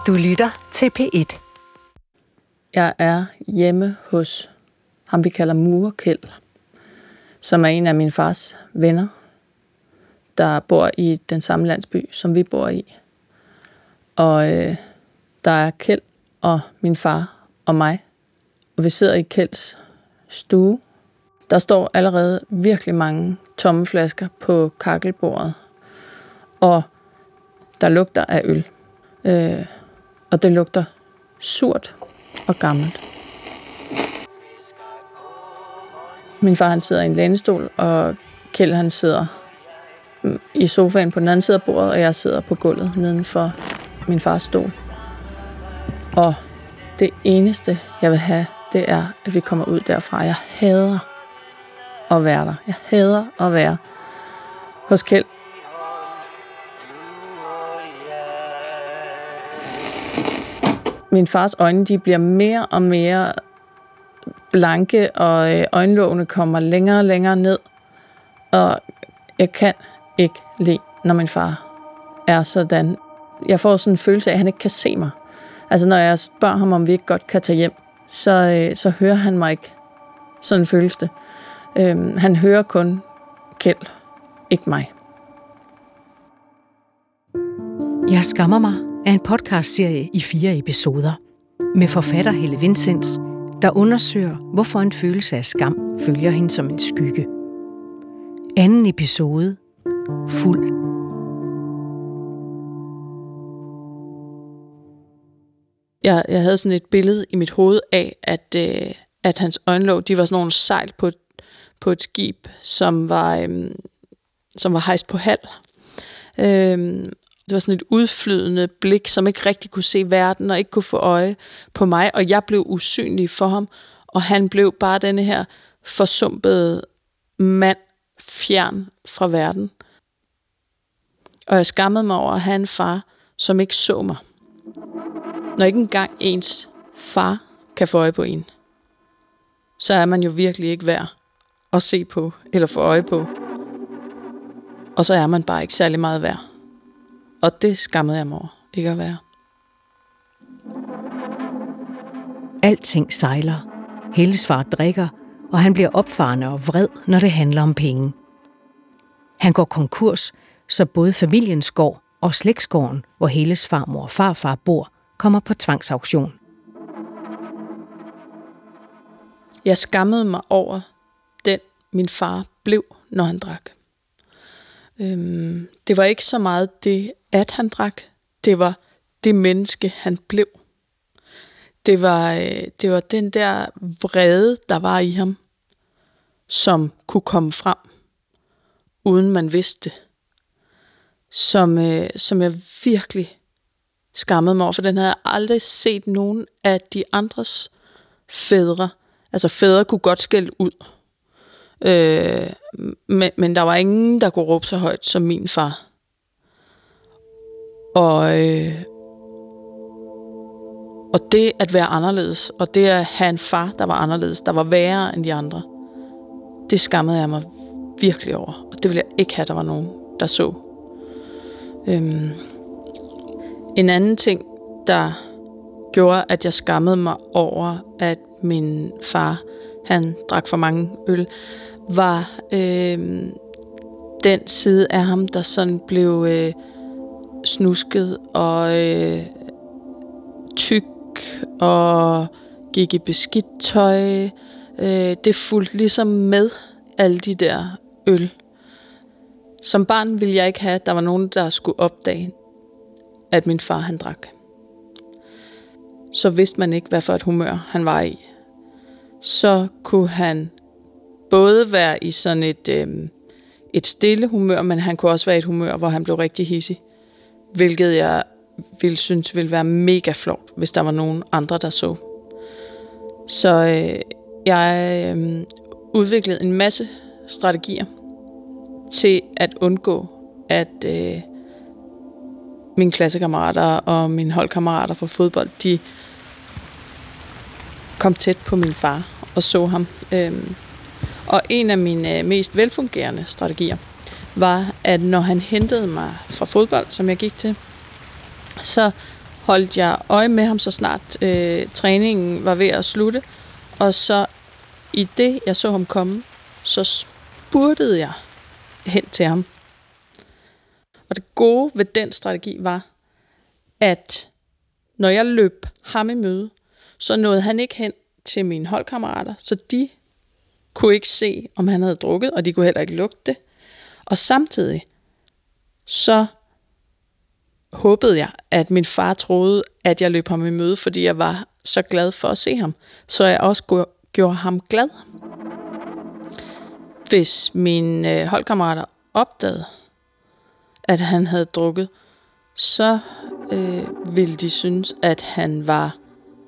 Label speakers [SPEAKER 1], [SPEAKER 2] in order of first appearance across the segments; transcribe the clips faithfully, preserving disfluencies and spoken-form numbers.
[SPEAKER 1] Du lytter til P et.
[SPEAKER 2] Jeg er hjemme hos ham, vi kalder Murer Kjeld, som er en af min fars venner, der bor i den samme landsby, som vi bor i. Og øh, der er Kjeld og min far og mig, og vi sidder i Kjelds stue. Der står allerede virkelig mange tomme flasker på kakkelbordet, og der lugter af øl. Øh, og det lugter surt og gammelt. Min far han sidder i en lænestol, og Kjeld han sidder i sofaen på den anden side af bordet, og jeg sidder på gulvet neden for min fars stol. Og det eneste, jeg vil have, det er, at vi kommer ud derfra. Jeg hader at være der. Jeg hader at være hos Kjeld. Min fars øjne, de bliver mere og mere blanke, og øjenlågene kommer længere og længere ned. Og jeg kan ikke lide, når min far er sådan. Jeg får sådan en følelse af, at han ikke kan se mig. Altså, når jeg spørger ham, om vi ikke godt kan tage hjem, så, så hører han mig ikke. Sådan en følelse det. Øhm, han hører kun Kjeld, ikke mig.
[SPEAKER 1] Jeg skammer mig er en podcastserie i fire episoder med forfatter Helle Vincents, der undersøger, hvorfor en følelse af skam følger hende som en skygge. Anden episode. Fuld.
[SPEAKER 2] Jeg, jeg havde sådan et billede i mit hoved af, at, øh, at hans øjenlåg, de var sådan nogle sejl på et, på et skib, som var, øh, som var hejst på halv. Øh, det var sådan et udflydende blik, som ikke rigtig kunne se verden og ikke kunne få øje på mig, og jeg blev usynlig for ham, og han blev bare denne her forsumpede mand fjern fra verden. Og jeg skammede mig over at have en far, som ikke så mig. Når ikke engang ens far kan få øje på en, så er man jo virkelig ikke værd at se på eller få øje på. Og så er man bare ikke særlig meget værd. Og det skammede jeg mig over, ikke at være.
[SPEAKER 1] Alting sejler. Helles far drikker, og han bliver opfarende og vred, når det handler om penge. Han går konkurs, så både familiens gård og slægtsgården, hvor Helles farmor og farfar bor, kommer på tvangsauktion.
[SPEAKER 2] Jeg skammede mig over den, min far blev, når han drak. Øhm, det var ikke så meget det, at han drak. Det var det menneske, han blev. Det var, øh, det var den der vrede, der var i ham, som kunne komme frem, uden man vidste det. Som, øh, som jeg virkelig skammede mig over, for den havde jeg aldrig set nogen af de andres fædre. Altså fædre kunne godt skælde ud. Øh, men, men der var ingen, der kunne råbe så højt som min far. Og, øh, og det at være anderledes, og det at have en far, der var anderledes, der var værre end de andre, det skammede jeg mig virkelig over. Og det ville jeg ikke have, der var nogen, der så. Øhm, en anden ting, der gjorde, at jeg skammede mig over, at min far, han drak for mange øl, var øh, den side af ham, der sådan blev øh, snusket og øh, tyk og gik i beskidt tøj. Øh, det fulgte ligesom med alle de der øl. Som barn ville jeg ikke have, at der var nogen, der skulle opdage, at min far han drak. Så vidste man ikke, hvad for et humør han var i. Så kunne han både være i sådan et, øh, et stille humør, men han kunne også være i et humør, hvor han blev rigtig hidsig. Hvilket jeg ville synes ville være mega flot, hvis der var nogen andre, der så. Så øh, jeg øh, udviklede en masse strategier til at undgå, at øh, mine klassekammerater og mine holdkammerater fra fodbold, de kom tæt på min far og så ham. Øhm, og en af mine mest velfungerende strategier var, at når han hentede mig fra fodbold, som jeg gik til, så holdt jeg øje med ham, så snart øh, træningen var ved at slutte. Og så i det, jeg så ham komme, så spurtede jeg hen til ham. Og det gode ved den strategi var, at når jeg løb ham i møde, så nåede han ikke hen til mine holdkammerater, så de kunne ikke se, om han havde drukket, og de kunne heller ikke lugte det. Og samtidig så håbede jeg, at min far troede, at jeg løb ham i møde, fordi jeg var så glad for at se ham, så jeg også gjorde ham glad. Hvis mine holdkammerater opdagede, at han havde drukket, så øh, ville de synes, at han var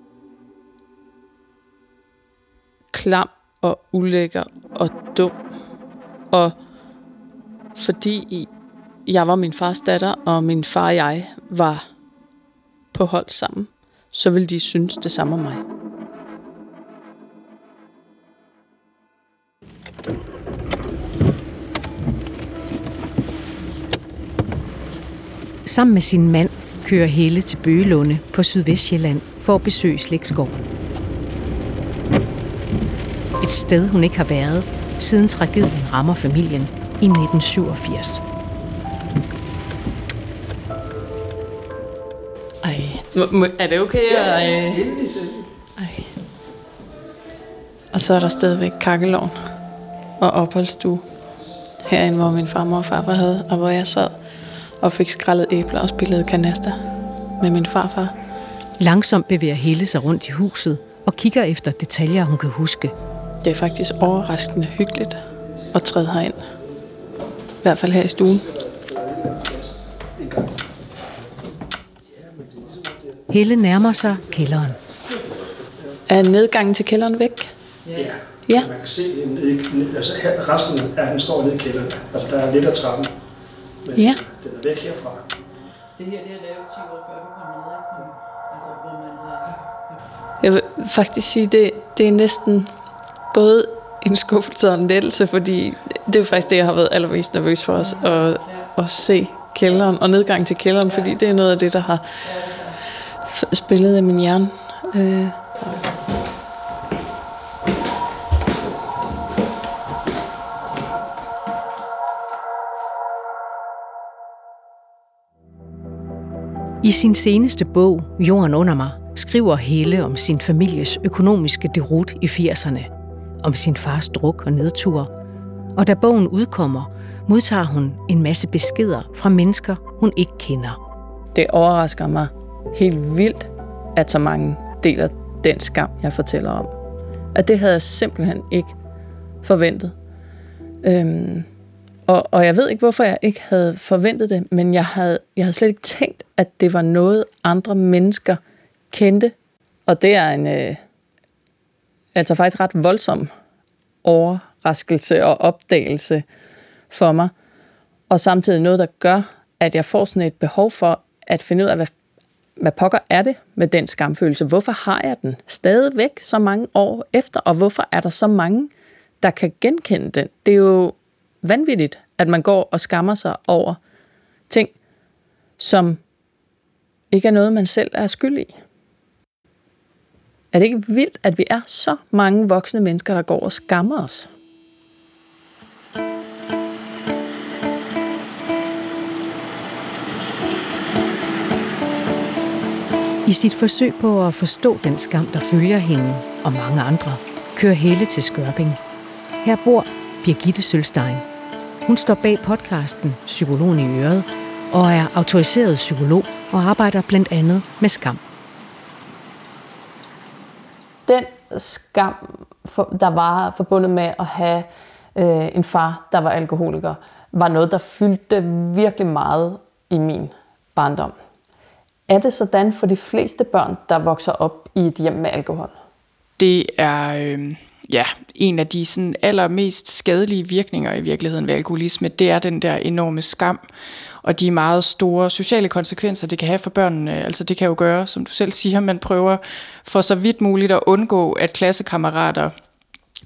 [SPEAKER 2] klam og ulækker og dum. Og fordi jeg var min fars datter, og min far og jeg var på hold sammen, så ville de synes det samme om mig.
[SPEAKER 1] Sammen med sin mand kører Helle til Bøgelunde på Sydvestsjælland for at besøge slægtskov. Et sted, hun ikke har været, siden tragedien rammer familien i nitten syvogfirs.
[SPEAKER 2] Ej, er det okay?
[SPEAKER 3] Ja,
[SPEAKER 2] Ej. Ej. Og så er der stadigvæk kakkelovn og opholdsstue herinde, hvor min farmor og farfar havde, og hvor jeg sad og fik skrællet æbler og spillede kanaster med min farfar.
[SPEAKER 1] Langsomt bevæger Helle sig rundt i huset og kigger efter detaljer, hun kan huske.
[SPEAKER 2] Det er faktisk overraskende hyggeligt at træde herind. I hvert fald her i stuen.
[SPEAKER 1] Helle nærmer sig kælderen.
[SPEAKER 2] Er nedgangen til kælderen væk?
[SPEAKER 3] Ja,
[SPEAKER 2] ja.
[SPEAKER 3] Man kan se, ned, altså her, resten af den står nede i kælderen. Altså der er lidt af trappen, men
[SPEAKER 2] ja.
[SPEAKER 3] Den er væk herfra.
[SPEAKER 4] Det her det er lavet ti år før du kom ned, ikke? Altså hvor man har...
[SPEAKER 2] Jeg vil faktisk sige, det, det er næsten både en skuffelse og en lettelse, fordi det er jo faktisk det, jeg har været allermest nervøs for os, at, at se kælderen og nedgang til kælderen, fordi det er noget af det, der har spillet i min hjerne. Øh.
[SPEAKER 1] I sin seneste bog, Jorden under mig, skriver Helle om sin families økonomiske deroute i firserne, om sin fars druk og nedtur. Og da bogen udkommer, modtager hun en masse beskeder fra mennesker, hun ikke kender.
[SPEAKER 2] Det overrasker mig helt vildt, at så mange deler den skam, jeg fortæller om. At det havde jeg simpelthen ikke forventet. Øhm, og, og jeg ved ikke, hvorfor jeg ikke havde forventet det, men jeg havde, jeg havde slet ikke tænkt, at det var noget, andre mennesker kendte. Og det er en øh, altså faktisk ret voldsom overraskelse og opdagelse for mig. Og samtidig noget, der gør, at jeg får sådan et behov for at finde ud af, hvad, hvad pokker er det med den skamfølelse? Hvorfor har jeg den stadigvæk så mange år efter? Og hvorfor er der så mange, der kan genkende den? Det er jo vanvittigt, at man går og skammer sig over ting, som ikke er noget, man selv er skyld i. Er det ikke vildt, at vi er så mange voksne mennesker, der går og skammer os?
[SPEAKER 1] I sit forsøg på at forstå den skam, der følger hende og mange andre, kører Helle til Skørping. Her bor Birgitte Sølstein. Hun står bag podcasten Psykologen i øret og er autoriseret psykolog og arbejder blandt andet med skam.
[SPEAKER 2] Den skam, der var forbundet med at have øh, en far, der var alkoholiker, var noget, der fyldte virkelig meget i min barndom. Er det sådan for de fleste børn, der vokser op i et hjem med alkohol?
[SPEAKER 5] Det er øh, ja, en af de sådan, allermest skadelige virkninger i virkeligheden ved alkoholisme. Det er den der enorme skam og de meget store sociale konsekvenser, det kan have for børnene. Altså det kan jo gøre, som du selv siger, man prøver for så vidt muligt at undgå, at klassekammerater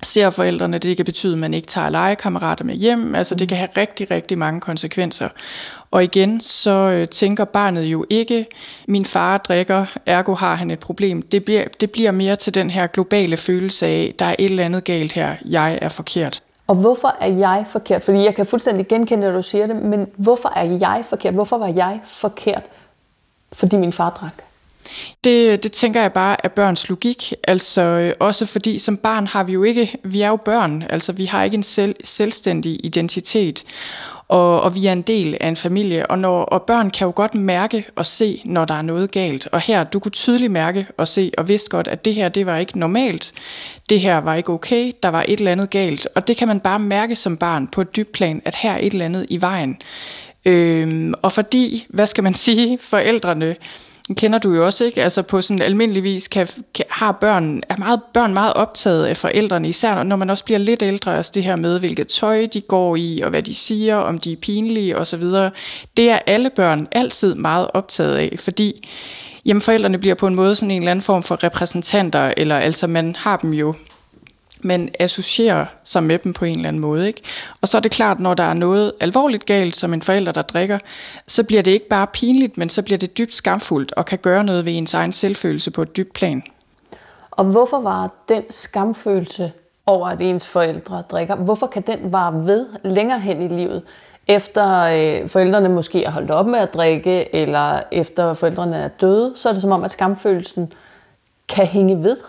[SPEAKER 5] ser forældrene. Det kan betyde, at man ikke tager legekammerater med hjem. Altså det kan have rigtig, rigtig mange konsekvenser. Og igen, så øh, tænker barnet jo ikke, min far drikker, ergo har han et problem. Det bliver, det bliver mere til den her globale følelse af, der er et eller andet galt her, jeg er forkert.
[SPEAKER 6] Og hvorfor er jeg forkert? Fordi jeg kan fuldstændig genkende, når du siger det, men hvorfor er jeg forkert? Hvorfor var jeg forkert, fordi min far drak?
[SPEAKER 5] Det, det tænker jeg bare er børns logik, altså øh, også fordi som barn har vi jo ikke, vi er jo børn, altså vi har ikke en selv, selvstændig identitet, og, og vi er en del af en familie, og, når, og børn kan jo godt mærke og se, når der er noget galt, og her, du kunne tydeligt mærke og se, og vidste godt, at det her, det var ikke normalt, det her var ikke okay, der var et eller andet galt, og det kan man bare mærke som barn på et dybt plan, at her er et eller andet i vejen. Øhm, og fordi, hvad skal man sige, forældrene, kender du jo også, ikke? Altså på sådan almindeligvis kan, kan, har børn, er meget, børn meget optaget af forældrene, især når man også bliver lidt ældre, altså det her med, hvilket tøj de går i, og hvad de siger, om de er pinlige osv. Det er alle børn altid meget optaget af, fordi jamen, forældrene bliver på en måde sådan en eller anden form for repræsentanter, eller altså man har dem jo, man associerer sig med dem på en eller anden måde, ikke? Og så er det klart, når der er noget alvorligt galt, som en forælder, der drikker, så bliver det ikke bare pinligt, men så bliver det dybt skamfuldt og kan gøre noget ved ens egen selvfølelse på et dybt plan.
[SPEAKER 6] Og hvorfor var den skamfølelse over, at ens forældre drikker, hvorfor kan den vare ved længere hen i livet, efter øh, forældrene måske er holdt op med at drikke, eller efter forældrene er døde, så er det som om, at skamfølelsen kan hænge ved?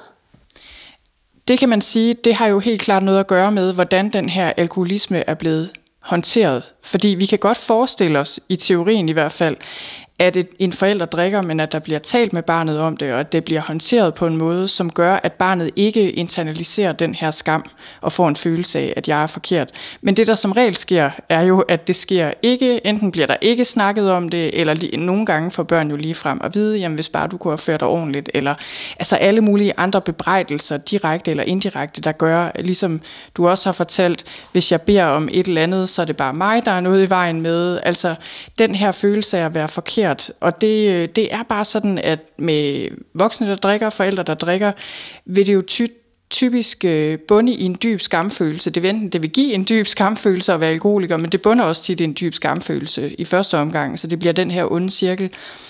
[SPEAKER 5] Det kan man sige, det har jo helt klart noget at gøre med, hvordan den her alkoholisme er blevet håndteret. Fordi vi kan godt forestille os, i teorien i hvert fald, at et, en forælder drikker, men at der bliver talt med barnet om det, og at det bliver håndteret på en måde, som gør, at barnet ikke internaliserer den her skam og får en følelse af, at jeg er forkert. Men det, der som regel sker, er jo, at det sker ikke. Enten bliver der ikke snakket om det, eller lige, nogle gange får børn jo lige frem at vide, jamen hvis bare du kunne opføre dig ordentligt, eller altså alle mulige andre bebrejdelser, direkte eller indirekte, der gør, ligesom du også har fortalt, hvis jeg beder om et eller andet, så er det bare mig, der er noget i vejen med. Altså den her følelse af at være forkert. Og det, det er bare sådan, at med voksne, der drikker, forældre, der drikker, vil det jo ty- typisk bunde i en dyb skamfølelse. Det vil enten det vil give en dyb skamfølelse at være alkoholiker, men det bunder også til en dyb skamfølelse i første omgang, så det bliver den her onde cirkel.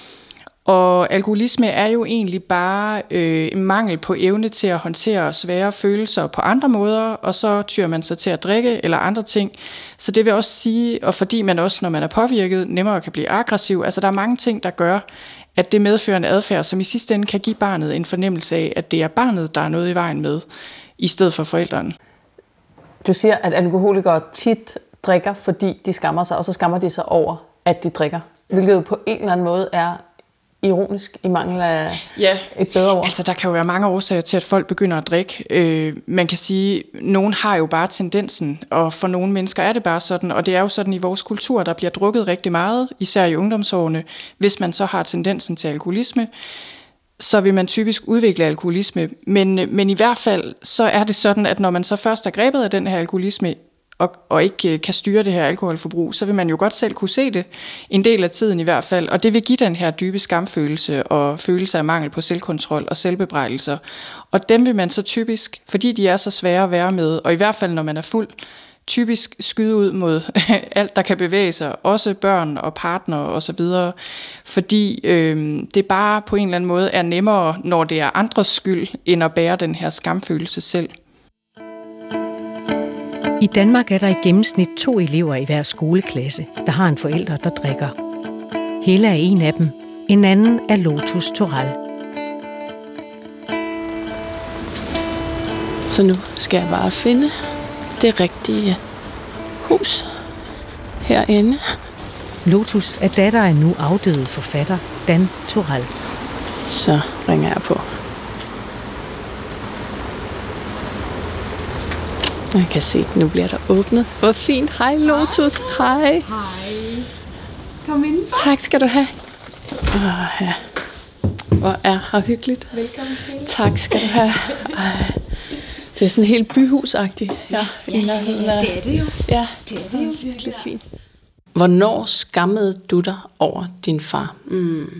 [SPEAKER 5] Og alkoholisme er jo egentlig bare øh, en mangel på evne til at håndtere svære følelser på andre måder, og så tyrer man sig til at drikke eller andre ting. Så det vil også sige, og fordi man også, når man er påvirket, nemmere kan blive aggressiv, altså der er mange ting, der gør, at det medfører en adfærd, som i sidste ende kan give barnet en fornemmelse af, at det er barnet, der er noget i vejen med, i stedet for forældrene.
[SPEAKER 6] Du siger, at alkoholikere tit drikker, fordi de skammer sig, og så skammer de sig over, at de drikker, hvilket jo på en eller anden måde er ironisk i mangel af
[SPEAKER 5] ja.
[SPEAKER 6] et bedre ord.
[SPEAKER 5] Altså der kan jo være mange årsager til, at folk begynder at drikke. Øh, man kan sige, at nogen har jo bare tendensen, og for nogle mennesker er det bare sådan, og det er jo sådan i vores kultur, der bliver drukket rigtig meget, især i ungdomsårene. Hvis man så har tendensen til alkoholisme, så vil man typisk udvikle alkoholisme. Men, men i hvert fald, så er det sådan, at når man så først er grebet af den her alkoholisme, Og, og ikke kan styre det her alkoholforbrug, så vil man jo godt selv kunne se det, en del af tiden i hvert fald, og det vil give den her dybe skamfølelse og følelse af mangel på selvkontrol og selvbebrejdelser. Og dem vil man så typisk, fordi de er så svære at være med, og i hvert fald når man er fuld, typisk skyde ud mod alt, der kan bevæge sig, også børn og partner og så videre, fordi øh, det bare på en eller anden måde er nemmere, når det er andres skyld, end at bære den her skamfølelse selv.
[SPEAKER 1] I Danmark er der i gennemsnit to elever i hver skoleklasse, der har en forælder, der drikker. Helle er en af dem. En anden er Lotus Toral.
[SPEAKER 2] Så nu skal jeg bare finde det rigtige hus herinde.
[SPEAKER 1] Lotus er datter af nu afdøde forfatter Dan Toral.
[SPEAKER 2] Så ringer jeg på. Jeg kan se, at nu bliver der åbnet. Hvor fint. Hej Lotus. Hej.
[SPEAKER 7] Hej. Kom indenfor.
[SPEAKER 2] Tak skal du have. Åh, ja. Hvor er her hyggeligt.
[SPEAKER 7] Velkommen til.
[SPEAKER 2] Tak skal du have. Ej. Det er sådan helt byhusagtigt. Ja,
[SPEAKER 7] ja, ja, ja, det er det jo.
[SPEAKER 2] Ja,
[SPEAKER 7] det er det jo
[SPEAKER 2] virkelig fint. Hvornår skammede du dig over din far?
[SPEAKER 7] Mm.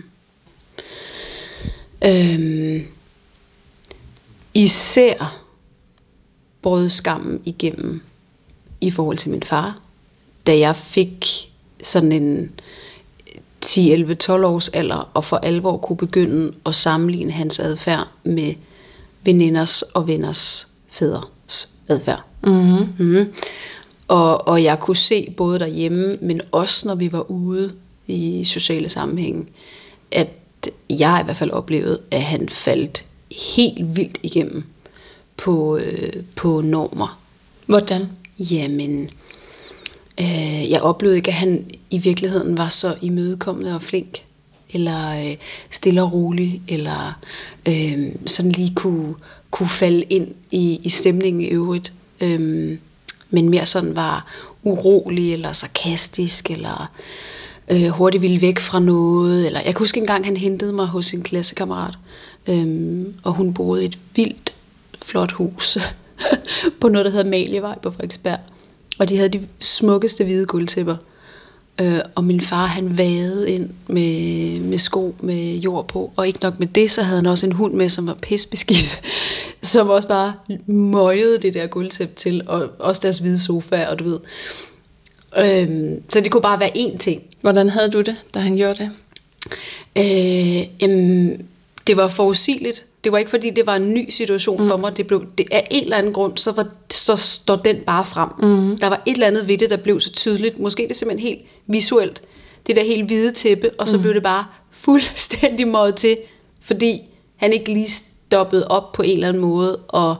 [SPEAKER 7] Øhm. Især
[SPEAKER 8] brød skammen igennem i forhold til min far. Da jeg fik sådan en ti elleve tolv års alder, og for alvor kunne begynde at sammenligne hans adfærd med veninders og venners fædres adfærd. Mm-hmm. Mm-hmm. Og, og jeg kunne se både derhjemme, men også når vi var ude i sociale sammenhænge, at jeg i hvert fald oplevede, at han faldt helt vildt igennem på, øh, på normer.
[SPEAKER 2] Hvordan?
[SPEAKER 8] Jamen, øh, jeg oplevede ikke, at han i virkeligheden var så imødekommende og flink, eller øh, stille og rolig, eller øh, sådan lige kunne, kunne falde ind i, i stemningen i øvrigt. Øh, men mere sådan var urolig, eller sarkastisk, eller øh, hurtigt ville væk fra noget. Eller jeg kan huske engang, han hentede mig hos en klassekammerat, øh, og hun boede i et vildt flot hus på noget, der hedder Malievej på Frederiksberg. Og de havde de smukkeste hvide gulvtæpper. Øh, og min far, han vadede ind med, med sko med jord på. Og ikke nok med det, så havde han også en hund med, som var pisbeskidt. Som også bare møjede det der gulvtæppe til. Og også deres hvide sofa, og du ved. Øh, så det kunne bare være én ting.
[SPEAKER 2] Hvordan havde du det, da han gjorde det?
[SPEAKER 8] Øh, jamen, det var forudsigeligt. Det var ikke, fordi det var en ny situation mm. for mig. Det blev, det, af en eller anden grund, så, var, så står den bare frem. Mm. Der var et eller andet ved det, der blev så tydeligt. Måske det er simpelthen helt visuelt. Det der helt hvide tæppe, og så mm. blev det bare fuldstændig møjet til, fordi han ikke lige stoppede op på en eller anden måde og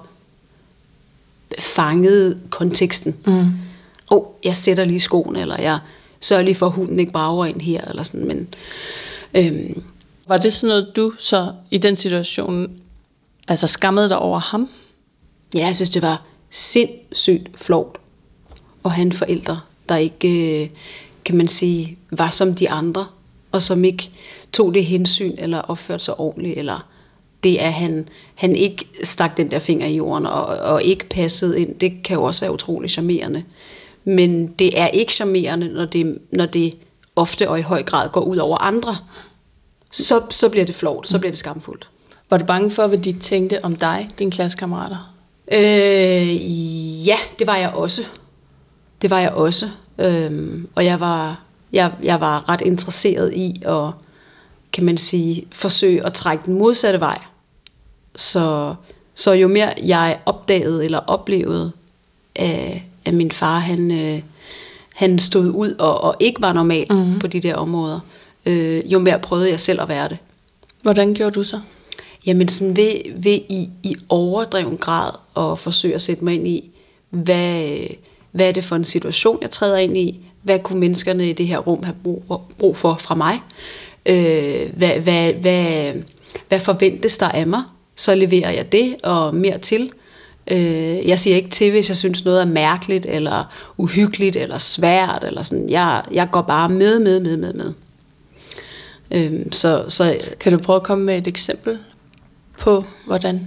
[SPEAKER 8] fangede konteksten. Mm. Oh, jeg sætter lige skoene, eller jeg sørger lige for, at hunden ikke brager ind her, eller sådan, men... Øhm,
[SPEAKER 2] Var det sådan noget, du så i den situation altså skammede dig over ham?
[SPEAKER 8] Ja, jeg synes, det var sindssygt flovt at have en forælder, der ikke, kan man sige, var som de andre, og som ikke tog det hensyn, eller opførte sig ordentligt, eller det, at han, han ikke stak den der finger i jorden, og, og ikke passede ind. Det kan jo også være utroligt charmerende. Men det er ikke charmerende, når det, når det ofte og i høj grad går ud over andre. Så, så bliver det flovt, så bliver det skamfuldt.
[SPEAKER 2] Var du bange for, hvad de tænkte om dig, dine klassekammerater?
[SPEAKER 8] Øh, ja, det var jeg også. Det var jeg også. Øhm, og jeg var, jeg, jeg var ret interesseret i at, kan man sige, forsøge at trække den modsatte vej. Så, så jo mere jeg opdagede eller oplevede, at, at min far han, øh, han stod ud og, og ikke var normal mm-hmm. på de der områder, Øh, jo mere prøvede jeg selv at være det.
[SPEAKER 2] Hvordan gjorde du så?
[SPEAKER 8] Jamen sådan ved, ved i, i overdreven grad at forsøge at sætte mig ind i, hvad, hvad er det for en situation, jeg træder ind i? Hvad kunne menneskerne i det her rum have brug, brug for fra mig? Øh, hvad, hvad, hvad, hvad forventes der af mig? Så leverer jeg det og mere til. Øh, jeg siger ikke til, hvis jeg synes noget er mærkeligt, eller uhyggeligt, eller svært, eller sådan. Jeg, jeg går bare med, med, med, med, med. Øhm, så, så,
[SPEAKER 2] kan du prøve at komme med et eksempel på, hvordan?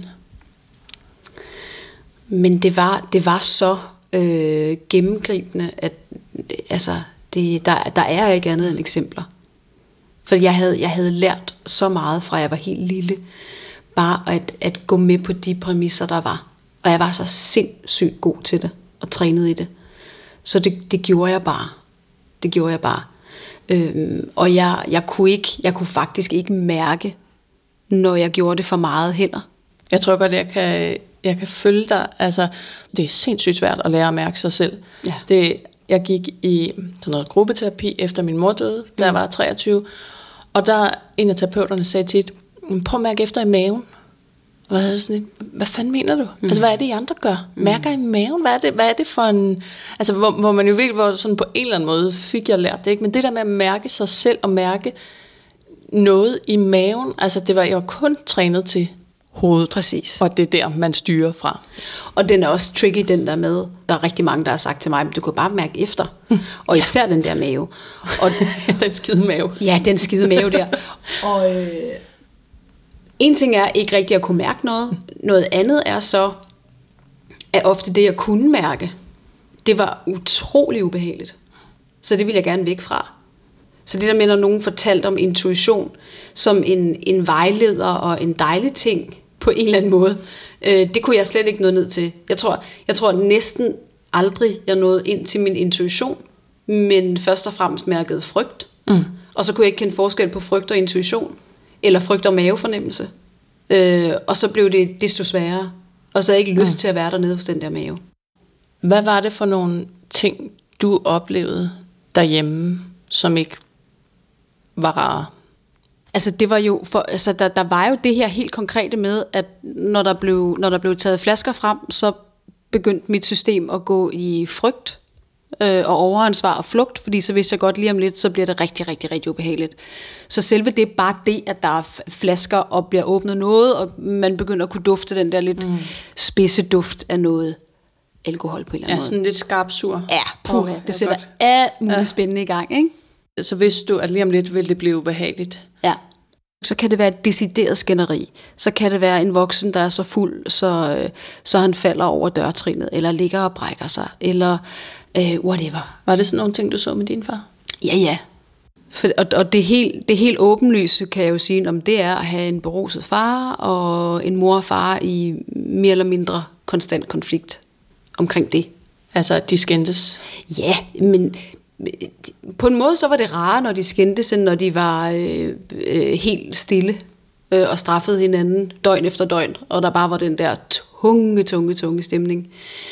[SPEAKER 8] Men det var, det var så øh, gennemgribende, at altså, det, der, der er ikke andet end eksempler. For jeg havde, jeg havde lært så meget, fra jeg var helt lille, bare at, at gå med på de præmisser, der var. Og jeg var så sindssygt god til det, og trænede i det. Så det, det gjorde jeg bare. Det gjorde jeg bare. Øhm, og jeg, jeg, kunne ikke, jeg kunne faktisk ikke mærke, når jeg gjorde det for meget heller.
[SPEAKER 2] Jeg tror godt, jeg kan, jeg kan følge dig. Altså, det er sindssygt svært at lære at mærke sig selv. Ja. Det, jeg gik i sådan noget gruppeterapi efter min mor døde, da mm. jeg var treogtyve. Og der en af terapeuterne sagde tit, prøv at mærke efter i maven. Hvad er det sådan et, hvad fanden mener du? Mm. Altså, hvad er det, I andre gør? Mærker i maven? Hvad er det, hvad er det for en... Altså, hvor, hvor man jo virkelig, hvor sådan på en eller anden måde fik jeg lært det, ikke? Men det der med at mærke sig selv og mærke noget i maven, altså, det var jeg var kun trænet til hovedet.
[SPEAKER 8] Præcis.
[SPEAKER 2] Og det er der, man styrer fra.
[SPEAKER 8] Og den er også tricky, den der med, der er rigtig mange, der har sagt til mig, du kan bare mærke efter. Mm. Og især ja. Den der mave. Og
[SPEAKER 2] den skide mave.
[SPEAKER 8] Ja, den skide mave der. Og... Øh, en ting er ikke rigtig at kunne mærke noget. Noget andet er så, at ofte det, jeg kunne mærke, det var utrolig ubehageligt. Så det ville jeg gerne væk fra. Så det der med, når nogen fortalte om intuition som en, en vejleder og en dejlig ting på en eller anden måde, Øh, det kunne jeg slet ikke nå ned til. Jeg tror, jeg tror næsten aldrig, jeg nåede ind til min intuition, men først og fremmest mærkede frygt. Mm. Og så kunne jeg ikke kende forskel på frygt og intuition, eller frygt og mavefornemmelse. Øh, og så blev det desto sværere, og så havde jeg ikke lyst mm. til at være dernede hos den der mave.
[SPEAKER 2] Hvad var det for nogle ting, du oplevede derhjemme, som ikke var rare?
[SPEAKER 8] Altså det var jo for, altså der, der var jo det her helt konkrete med, at når der blev, når der blev taget flasker frem, så begyndte mit system at gå i frygt øh, og overansvar og flugt, fordi så vidste jeg godt lige om lidt, så bliver det rigtig, rigtig, rigtig ubehageligt. Så selve det, bare det, at der er flasker og bliver åbnet noget, og man begynder at kunne dufte den der lidt mm. spidse duft af noget alkohol på en eller anden
[SPEAKER 2] ja,
[SPEAKER 8] måde.
[SPEAKER 2] Sådan lidt skarp sur.
[SPEAKER 8] Ja, puh, oh, det sætter alt muligt ja. spændende i gang, ikke?
[SPEAKER 2] Så vidste du, at lige om lidt ville det blive ubehageligt?
[SPEAKER 8] Ja. Så kan det være et decideret skænderi. Så kan det være en voksen, der er så fuld, så, så han falder over dørtrinet, eller ligger og brækker sig, eller øh, whatever.
[SPEAKER 2] Var det sådan nogle ting, du så med din far?
[SPEAKER 8] Ja, ja. For, og og det, helt, det helt åbenlyse, kan jeg jo sige, om det er at have en beruset far, og en mor og far i mere eller mindre konstant konflikt omkring det.
[SPEAKER 2] Altså, at de skændtes?
[SPEAKER 8] Ja, men på en måde så var det rare, når de skændtes, end når de var øh, øh, helt stille øh, og straffede hinanden døgn efter døgn, og der bare var den der tunge, tunge, tunge stemning.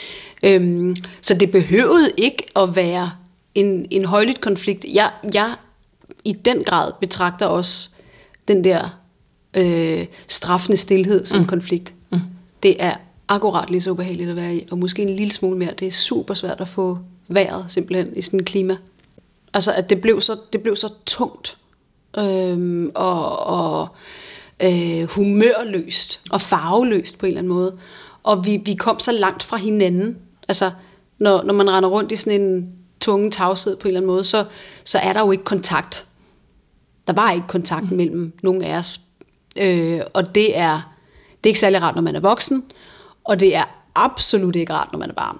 [SPEAKER 8] Øhm, så det behøvede ikke at være en, en højlydt konflikt. Jeg, jeg i den grad betragter også den der øh, straffende stilhed som mm. konflikt. Mm. Det er akkurat lige så ubehageligt at være i, og måske en lille smule mere. Det er super svært at få vejret simpelthen i sådan et klima. Altså at det blev så, det blev så tungt øhm, og, og øh, humørløst og farveløst på en eller anden måde. Og vi, vi kom så langt fra hinanden. Altså når, når man render rundt i sådan en tunge tavshed på en eller anden måde, så, så er der jo ikke kontakt. Der var ikke kontakt mm. mellem nogen af os. Øh, og det er, det er ikke særlig rart, når man er voksen, og det er absolut ikke rart, når man er barn.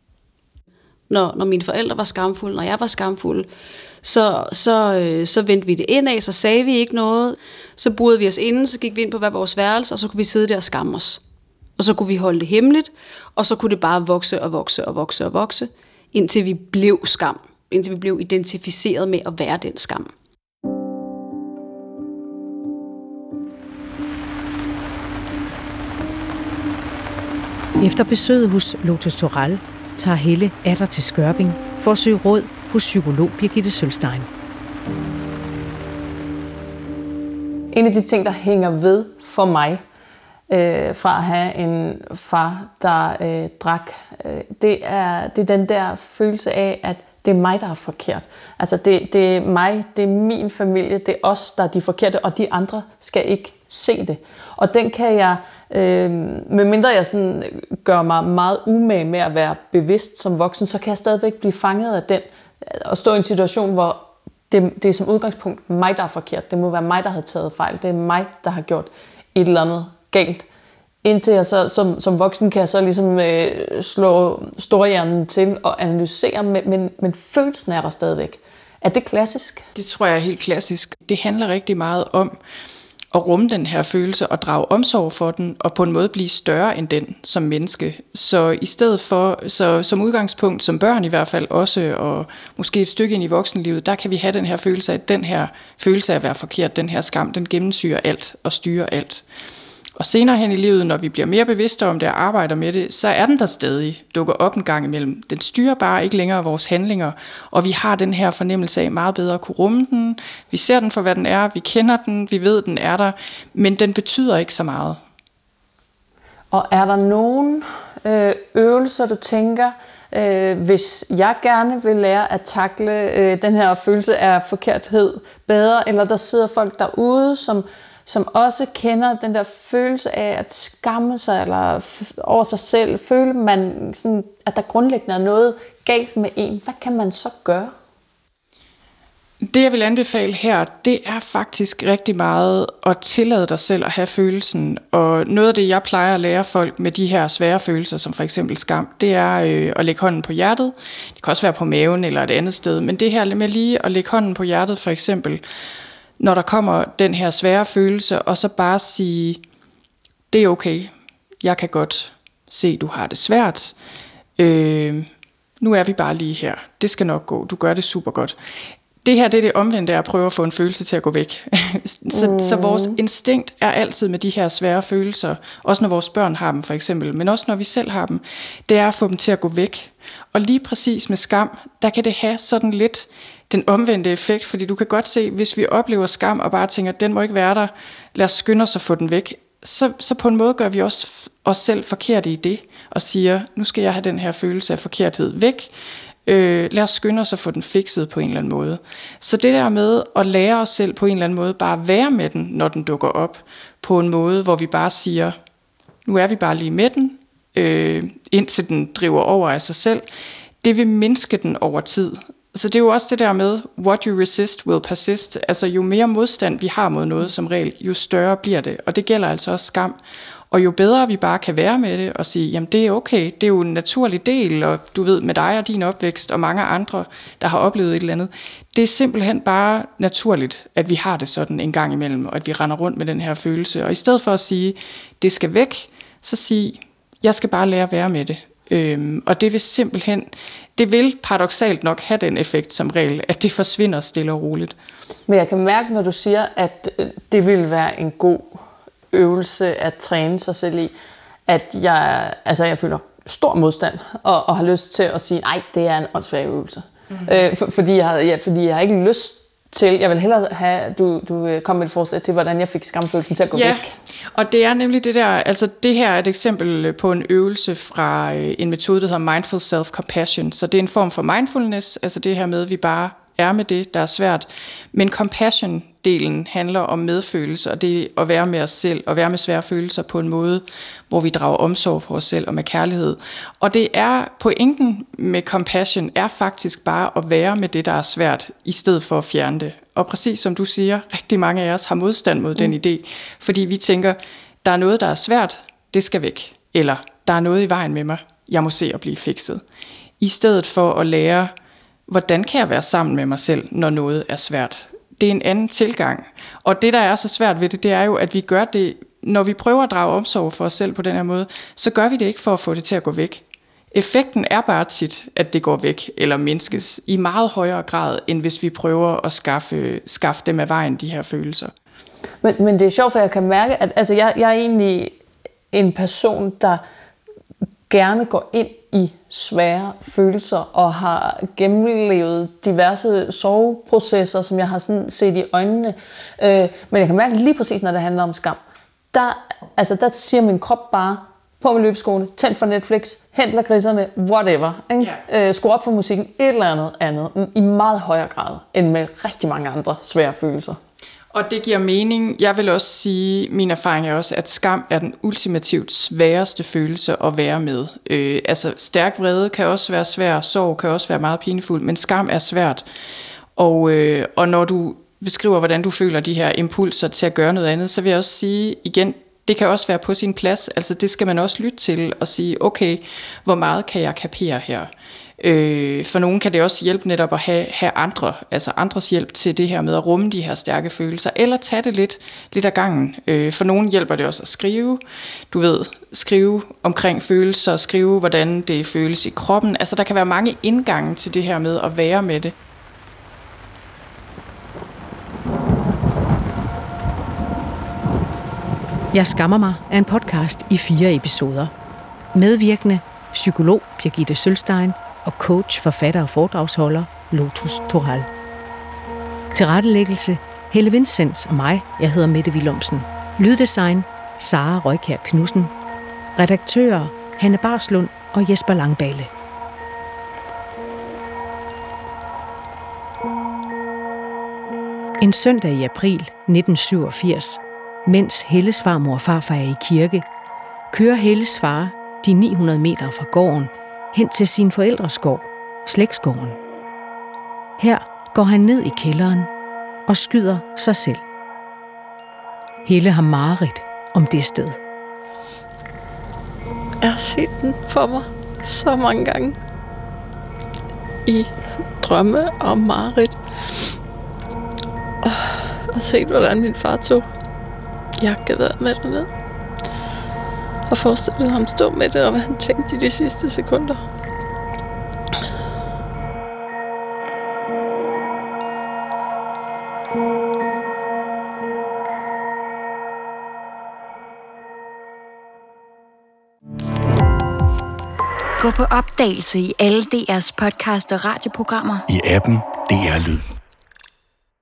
[SPEAKER 8] Når, når mine forældre var skamfulde, når jeg var skamfuld, så, så, øh, så vendte vi det indad, så sagde vi ikke noget. Så burede vi os inden, så gik vi ind på hver vores værelse, og så kunne vi sidde der og skamme os. Og så kunne vi holde det hemmeligt, og så kunne det bare vokse og vokse og vokse og vokse, indtil vi blev skam. Indtil vi blev identificeret med at være den skam.
[SPEAKER 1] Efter besøget hos Lotus Turell, tager Helle atter til Skørping for at søge råd hos psykolog Birgitte Sølstein.
[SPEAKER 6] En af de ting, der hænger ved for mig, øh, fra at have en far, der øh, drak, øh, det, er, det er den der følelse af, at det er mig, der er forkert. Altså det, det er mig, det er min familie, det er os, der er de forkerte, og de andre skal ikke se det. Og den kan jeg, øh, medmindre jeg sådan gør mig meget umage med at være bevidst som voksen, så kan jeg stadigvæk blive fanget af den, og stå i en situation, hvor det, det er som udgangspunkt mig, der er forkert. Det må være mig, der har taget fejl. Det er mig, der har gjort et eller andet galt. Indtil jeg så, som, som voksen kan jeg så ligesom øh, slå storhjernen til og analysere, men, men, men følelsen er der stadigvæk. Er det klassisk?
[SPEAKER 5] Det tror jeg er helt klassisk. Det handler rigtig meget om at rumme den her følelse og drage omsorg for den, og på en måde blive større end den som menneske. Så i stedet for, så som udgangspunkt, som børn i hvert fald også, og måske et stykke ind i voksenlivet, der kan vi have den her følelse af, at den her følelse af at være forkert, den her skam, den gennemsyrer alt og styrer alt. Og senere hen i livet, når vi bliver mere bevidste om det og arbejder med det, så er den der stadig, dukker op en gang imellem. Den styrer bare ikke længere vores handlinger, og vi har den her fornemmelse af meget bedre at kunne rumme den. Vi ser den for, hvad den er, vi kender den, vi ved, den er der, men den betyder ikke så meget.
[SPEAKER 6] Og er der nogen øh, øvelser, du tænker, øh, hvis jeg gerne vil lære at takle øh, den her følelse af forkerthed bedre, eller der sidder folk derude, som som også kender den der følelse af at skamme sig eller f- over sig selv, føler man, sådan, at der grundlæggende er noget galt med en. Hvad kan man så gøre?
[SPEAKER 5] Det, jeg vil anbefale her, det er faktisk rigtig meget at tillade dig selv at have følelsen. Og noget af det, jeg plejer at lære folk med de her svære følelser, som for eksempel skam, det er øh, at lægge hånden på hjertet. Det kan også være på maven eller et andet sted, men det her med lige at lægge hånden på hjertet for eksempel, når der kommer den her svære følelse, og så bare sige, det er okay. jeg kan godt se, du har det svært. Øh, nu er vi bare lige her. Det skal nok gå. Du gør det super godt. Det her, det er det omvendte af at prøve at få en følelse til at gå væk. så, mm. så vores instinkt er altid med de her svære følelser, også når vores børn har dem for eksempel, men også når vi selv har dem, det er at få dem til at gå væk. Og lige præcis med skam, der kan det have sådan lidt den omvendte effekt, fordi du kan godt se, hvis vi oplever skam og bare tænker, den må ikke være der, lad os skynde os at få den væk, så, så på en måde gør vi også os selv forkerte i det, og siger, nu skal jeg have den her følelse af forkerthed væk, øh, lad os skynde os at få den fikset på en eller anden måde. Så det der med at lære os selv på en eller anden måde, bare være med den, når den dukker op, på en måde, hvor vi bare siger, nu er vi bare lige med den, øh, indtil den driver over af sig selv, det vil mindske den over tid. Så det er jo også det der med, what you resist will persist. Altså jo mere modstand vi har mod noget som regel, jo større bliver det. Og det gælder altså også skam. Og jo bedre vi bare kan være med det og sige, jamen det er okay, det er jo en naturlig del, og du ved med dig og din opvækst og mange andre, der har oplevet et eller andet. Det er simpelthen bare naturligt, at vi har det sådan en gang imellem, og at vi render rundt med den her følelse. Og i stedet for at sige, det skal væk, så sig, jeg skal bare lære at være med det. Øhm, og det vil simpelthen, det vil paradoksalt nok have den effekt som regel, at det forsvinder stille og roligt.
[SPEAKER 6] Men jeg kan mærke, når du siger, at det vil være en god øvelse at træne sig selv i, at jeg, altså jeg føler stor modstand, og, og har lyst til at sige, nej, det er en åndssvær øvelse. Mm-hmm. Øh, for, fordi, jeg har, ja, fordi jeg har ikke lyst til, jeg vil hellere have, du, du kom med et forslag til, hvordan jeg fik skamfølelsen til at gå
[SPEAKER 5] ja,
[SPEAKER 6] væk.
[SPEAKER 5] Og det er nemlig det der, altså det her er et eksempel på en øvelse fra en metode, der hedder Mindful Self-Compassion. Så det er en form for mindfulness, altså det her med, at vi bare er med det, der er svært. Men compassion-delen handler om medfølelse, og det er at være med os selv, og være med svære følelser på en måde, hvor vi drager omsorg for os selv og med kærlighed. Og det er, pointen med compassion er faktisk bare at være med det, der er svært, i stedet for at fjerne det. Og præcis som du siger, rigtig mange af os har modstand mod mm. den idé, fordi vi tænker, der er noget, der er svært, det skal væk. Eller, der er noget i vejen med mig, jeg må se at blive fikset. I stedet for at lære, hvordan kan jeg være sammen med mig selv, når noget er svært? Det er en anden tilgang. Og det, der er så svært ved det, det er jo, at vi gør det, når vi prøver at drage omsorg for os selv på den her måde, så gør vi det ikke for at få det til at gå væk. Effekten er bare tit, at det går væk eller mindskes i meget højere grad, end hvis vi prøver at skaffe, skaffe dem af vejen, de her følelser.
[SPEAKER 6] Men, men det er sjovt, for jeg kan mærke, at altså, jeg, jeg er egentlig en person, der gerne går ind i svære følelser og har gennemlevet diverse soveprocesser, som jeg har sådan set i øjnene. Øh, men jeg kan mærke lige præcis, når det handler om skam, der, altså, der siger min krop bare, på med løbeskoene, tænd for Netflix, hent lakridserne, whatever. Ikke? Yeah. Øh, skru op for musikken, et eller andet andet, i meget højere grad, end med rigtig mange andre svære følelser.
[SPEAKER 5] Og det giver mening. Jeg vil også sige, min erfaring er også, at skam er den ultimativt sværeste følelse at være med. Øh, altså stærk vrede kan også være svær, sorg kan også være meget pinefuld, men skam er svært. Og, øh, og når du beskriver, hvordan du føler de her impulser til at gøre noget andet, så vil jeg også sige igen, det kan også være på sin plads. Altså det skal man også lytte til og sige, okay, hvor meget kan jeg kapere her? Øh, for nogen kan det også hjælpe netop at have, have andre, altså andres hjælp til det her med at rumme de her stærke følelser, eller tage det lidt, lidt af gangen. Øh, for nogen hjælper det også at skrive, du ved, skrive omkring følelser, skrive hvordan det føles i kroppen. Altså der kan være mange indgange til det her med at være med det.
[SPEAKER 1] Jeg skammer mig er en podcast i fire episoder. Medvirkende psykolog Birgitte Sølstein og coach, forfatter og foredragsholder Lotus Tural. Tilrettelæggelse Helle Vincents og mig, jeg hedder Mette Willumsen. Lyddesign Sara Røykjær Knudsen. Redaktører Hanne Barslund og Jesper Langballe. En søndag i april nitten syvogfirs, mens Helles farmor og farfar er i kirke, kører Helles far de ni hundrede meter fra gården hen til sin forældres gård, slægtsgården. Her går han ned i kælderen og skyder sig selv. Helle har mareridt om det sted.
[SPEAKER 2] Jeg har set den for mig så mange gange. I drømme og mareridt. Og har set, hvordan min far tog jakkeværet med derned. Og forestille ham stå med det, og hvad han tænkte i de sidste sekunder.
[SPEAKER 9] Gå på opdagelse i alle D R's podcast og radioprogrammer.
[SPEAKER 10] I appen D R Lyd.